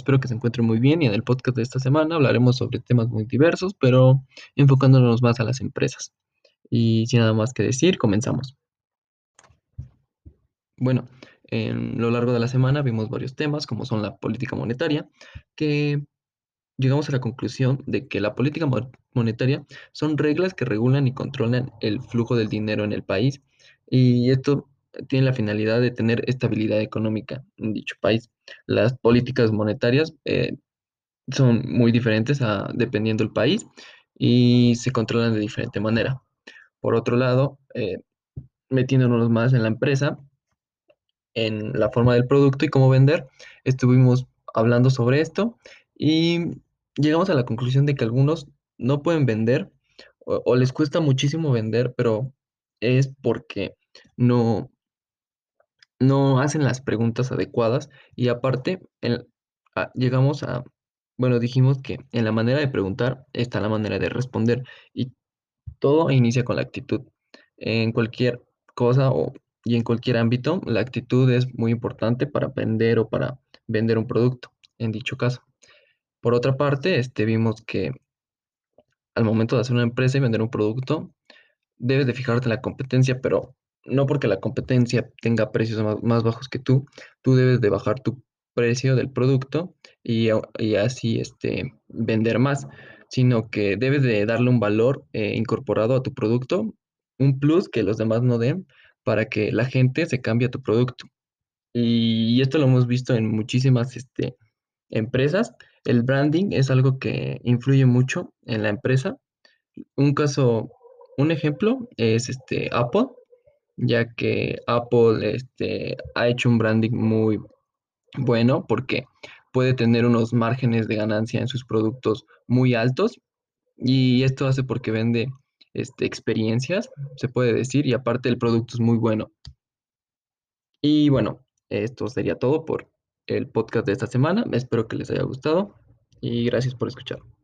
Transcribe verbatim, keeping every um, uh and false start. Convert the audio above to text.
espero que se encuentren muy bien y en el podcast de esta semana hablaremos sobre temas muy diversos, pero enfocándonos más a las empresas. Y sin nada más que decir, comenzamos. Bueno, en lo largo de la semana vimos varios temas, como son la política monetaria, que llegamos a la conclusión de que la política mo- monetaria son reglas que regulan y controlan el flujo del dinero en el país y esto tiene la finalidad de tener estabilidad económica en dicho país. Las políticas monetarias eh, son muy diferentes a, dependiendo del país y se controlan de diferente manera. Por otro lado, eh, metiéndonos más en la empresa, en la forma del producto y cómo vender. Estuvimos hablando sobre esto y llegamos a la conclusión de que algunos no pueden vender o, o les cuesta muchísimo vender, pero es porque no, no hacen las preguntas adecuadas y aparte el- a- llegamos a, bueno, dijimos que en la manera de preguntar está la manera de responder y todo inicia con la actitud. En cualquier cosa o, y en cualquier ámbito, la actitud es muy importante para aprender o para vender un producto, en dicho caso. Por otra parte, este, vimos que al momento de hacer una empresa y vender un producto, debes de fijarte en la competencia, pero no porque la competencia tenga precios más, más bajos que tú, tú debes de bajar tu precio del producto y, a- y así este, vender más, sino que debes de darle un valor eh, incorporado a tu producto, un plus que los demás no den para que la gente se cambie a tu producto. Y esto lo hemos visto en muchísimas este, empresas. El branding es algo que influye mucho en la empresa. Un caso, un ejemplo es este Apple, ya que Apple este, ha hecho un branding muy bueno porque puede tener unos márgenes de ganancia en sus productos muy altos y esto hace porque vende este, experiencias, se puede decir, y aparte el producto es muy bueno. Y bueno, esto sería todo por el podcast de esta semana. Espero que les haya gustado y gracias por escuchar.